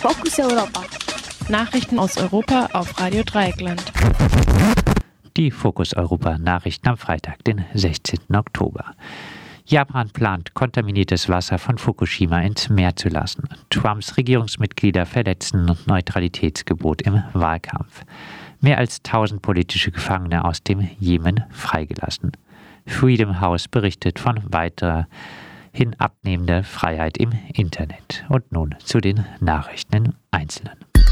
Fokus Europa. Nachrichten aus Europa auf Radio Dreieckland. Die Fokus Europa Nachrichten am Freitag, den 16. Oktober. Japan plant, kontaminiertes Wasser von Fukushima ins Meer zu lassen. Trumps Regierungsmitglieder verletzen Neutralitätsgebot im Wahlkampf. Mehr als 1000 politische Gefangene aus dem Jemen freigelassen. Freedom House berichtet von weiterer abnehmender Freiheit im Internet. Und nun zu den Nachrichten im Einzelnen.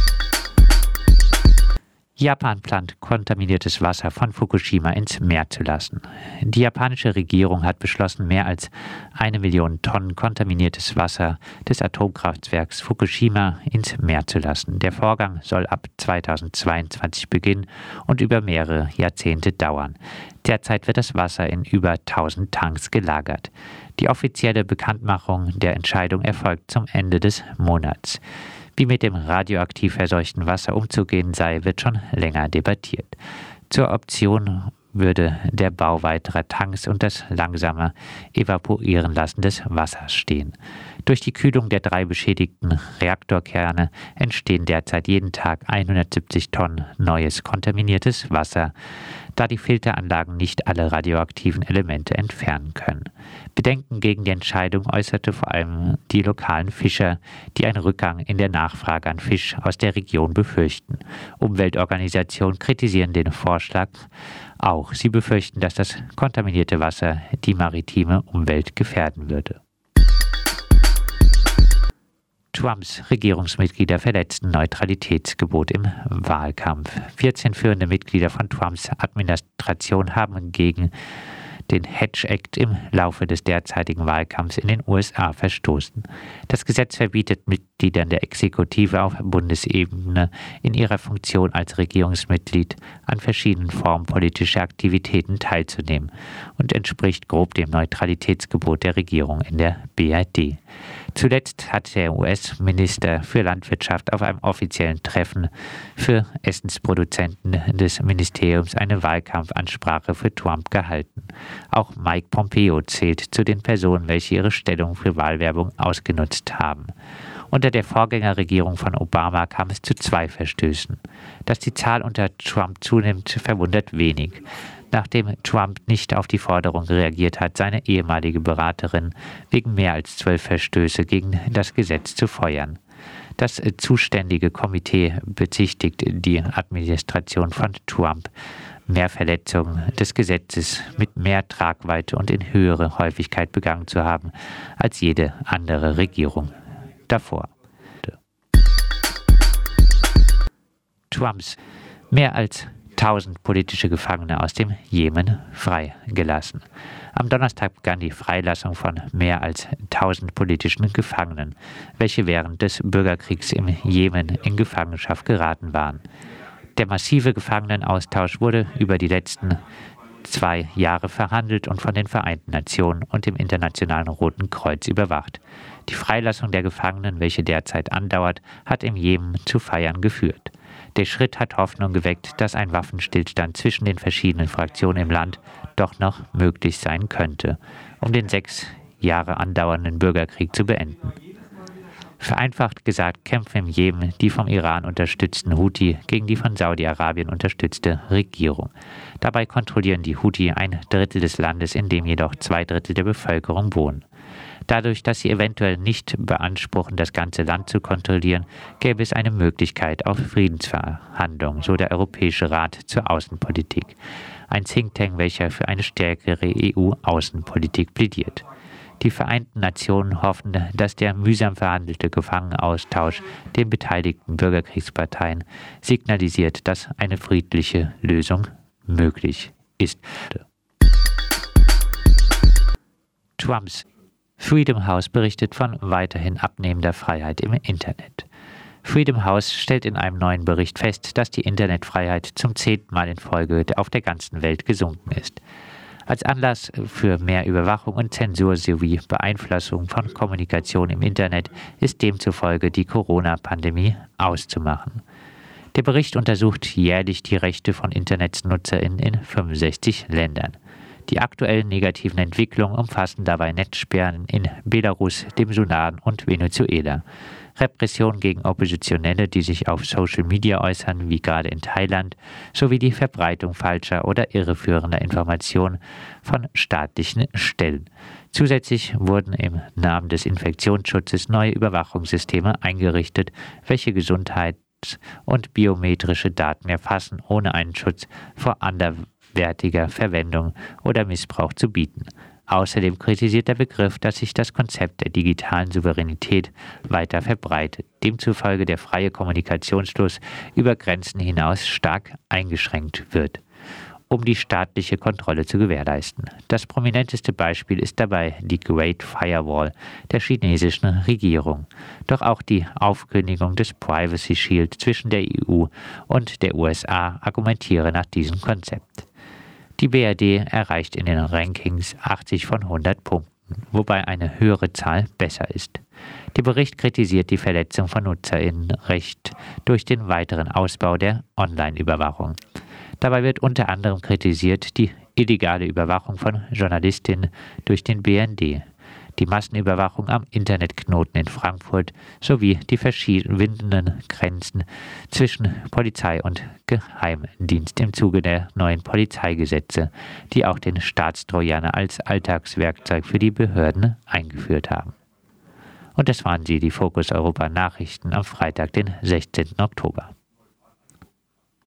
Japan plant, kontaminiertes Wasser von Fukushima ins Meer zu lassen. Die japanische Regierung hat beschlossen, mehr als 1 Million Tonnen kontaminiertes Wasser des Atomkraftwerks Fukushima ins Meer zu lassen. Der Vorgang soll ab 2022 beginnen und über mehrere Jahrzehnte dauern. Derzeit wird das Wasser in über 1000 Tanks gelagert. Die offizielle Bekanntmachung der Entscheidung erfolgt zum Ende des Monats. Wie mit dem radioaktiv verseuchten Wasser umzugehen sei, wird schon länger debattiert. Zur Option würde der Bau weiterer Tanks und das langsame Evakuieren lassen des Wassers stehen. Durch die Kühlung der 3 beschädigten Reaktorkerne entstehen derzeit jeden Tag 170 Tonnen neues kontaminiertes Wasser, da die Filteranlagen nicht alle radioaktiven Elemente entfernen können. Bedenken gegen die Entscheidung äußerte vor allem die lokalen Fischer, die einen Rückgang in der Nachfrage an Fisch aus der Region befürchten. Umweltorganisationen kritisieren den Vorschlag auch. Sie befürchten, dass das kontaminierte Wasser die maritime Umwelt gefährden würde. Trumps Regierungsmitglieder verletzten Neutralitätsgebot im Wahlkampf. 14 führende Mitglieder von Trumps Administration haben gegen den Hatch Act im Laufe des derzeitigen Wahlkampfs in den USA verstoßen. Das Gesetz verbietet Mitgliedern der Exekutive auf Bundesebene in ihrer Funktion als Regierungsmitglied an verschiedenen Formen politischer Aktivitäten teilzunehmen und entspricht grob dem Neutralitätsgebot der Regierung in der BRD. Zuletzt hat der US-Minister für Landwirtschaft auf einem offiziellen Treffen für Essensproduzenten des Ministeriums eine Wahlkampfansprache für Trump gehalten. Auch Mike Pompeo zählt zu den Personen, welche ihre Stellung für Wahlwerbung ausgenutzt haben. Unter der Vorgängerregierung von Obama kam es zu 2 Verstößen. Dass die Zahl unter Trump zunimmt, verwundert wenig. Nachdem Trump nicht auf die Forderung reagiert hat, seine ehemalige Beraterin wegen mehr als 12 Verstöße gegen das Gesetz zu feuern. Das zuständige Komitee bezichtigt die Administration von Trump, mehr Verletzungen des Gesetzes mit mehr Tragweite und in höhere Häufigkeit begangen zu haben als jede andere Regierung davor. Trumps mehr als 1000 politische Gefangene aus dem Jemen freigelassen. Am Donnerstag begann die Freilassung von mehr als 1000 politischen Gefangenen, welche während des Bürgerkriegs im Jemen in Gefangenschaft geraten waren. Der massive Gefangenenaustausch wurde über die letzten 2 Jahre verhandelt und von den Vereinten Nationen und dem Internationalen Roten Kreuz überwacht. Die Freilassung der Gefangenen, welche derzeit andauert, hat im Jemen zu Feiern geführt. Der Schritt hat Hoffnung geweckt, dass ein Waffenstillstand zwischen den verschiedenen Fraktionen im Land doch noch möglich sein könnte, um den 6 Jahre andauernden Bürgerkrieg zu beenden. Vereinfacht gesagt kämpfen im Jemen die vom Iran unterstützten Houthi gegen die von Saudi-Arabien unterstützte Regierung. Dabei kontrollieren die Houthi 1/3 des Landes, in dem jedoch 2/3 der Bevölkerung wohnen. Dadurch, dass sie eventuell nicht beanspruchen, das ganze Land zu kontrollieren, gäbe es eine Möglichkeit auf Friedensverhandlungen, so der Europäische Rat zur Außenpolitik, ein Think Tank, welcher für eine stärkere EU-Außenpolitik plädiert. Die Vereinten Nationen hoffen, dass der mühsam verhandelte Gefangenenaustausch den beteiligten Bürgerkriegsparteien signalisiert, dass eine friedliche Lösung möglich ist. Trumps Freedom House berichtet von weiterhin abnehmender Freiheit im Internet. Freedom House stellt in einem neuen Bericht fest, dass die Internetfreiheit zum 10. Mal in Folge auf der ganzen Welt gesunken ist. Als Anlass für mehr Überwachung und Zensur sowie Beeinflussung von Kommunikation im Internet ist demzufolge die Corona-Pandemie auszumachen. Der Bericht untersucht jährlich die Rechte von InternetnutzerInnen in 65 Ländern. Die aktuellen negativen Entwicklungen umfassen dabei Netzsperren in Belarus, dem Sudan und Venezuela. Repression gegen Oppositionelle, die sich auf Social Media äußern, wie gerade in Thailand, sowie die Verbreitung falscher oder irreführender Informationen von staatlichen Stellen. Zusätzlich wurden im Namen des Infektionsschutzes neue Überwachungssysteme eingerichtet, welche Gesundheits- und biometrische Daten erfassen, ohne einen Schutz vor anderwertiger Verwendung oder Missbrauch zu bieten. Außerdem kritisiert der Begriff, dass sich das Konzept der digitalen Souveränität weiter verbreitet, demzufolge der freie Kommunikationsfluss über Grenzen hinaus stark eingeschränkt wird, um die staatliche Kontrolle zu gewährleisten. Das prominenteste Beispiel ist dabei die Great Firewall der chinesischen Regierung. Doch auch die Aufkündigung des Privacy Shield zwischen der EU und der USA argumentiere nach diesem Konzept. Die BRD erreicht in den Rankings 80 von 100 Punkten, wobei eine höhere Zahl besser ist. Der Bericht kritisiert die Verletzung von NutzerInnenrecht durch den weiteren Ausbau der Online-Überwachung. Dabei wird unter anderem kritisiert die illegale Überwachung von Journalistinnen durch den BND, die Massenüberwachung am Internetknoten in Frankfurt sowie die verschwindenden Grenzen zwischen Polizei und Geheimdienst im Zuge der neuen Polizeigesetze, die auch den Staatstrojaner als Alltagswerkzeug für die Behörden eingeführt haben. Und das waren sie, die Fokus Europa Nachrichten am Freitag, den 16. Oktober.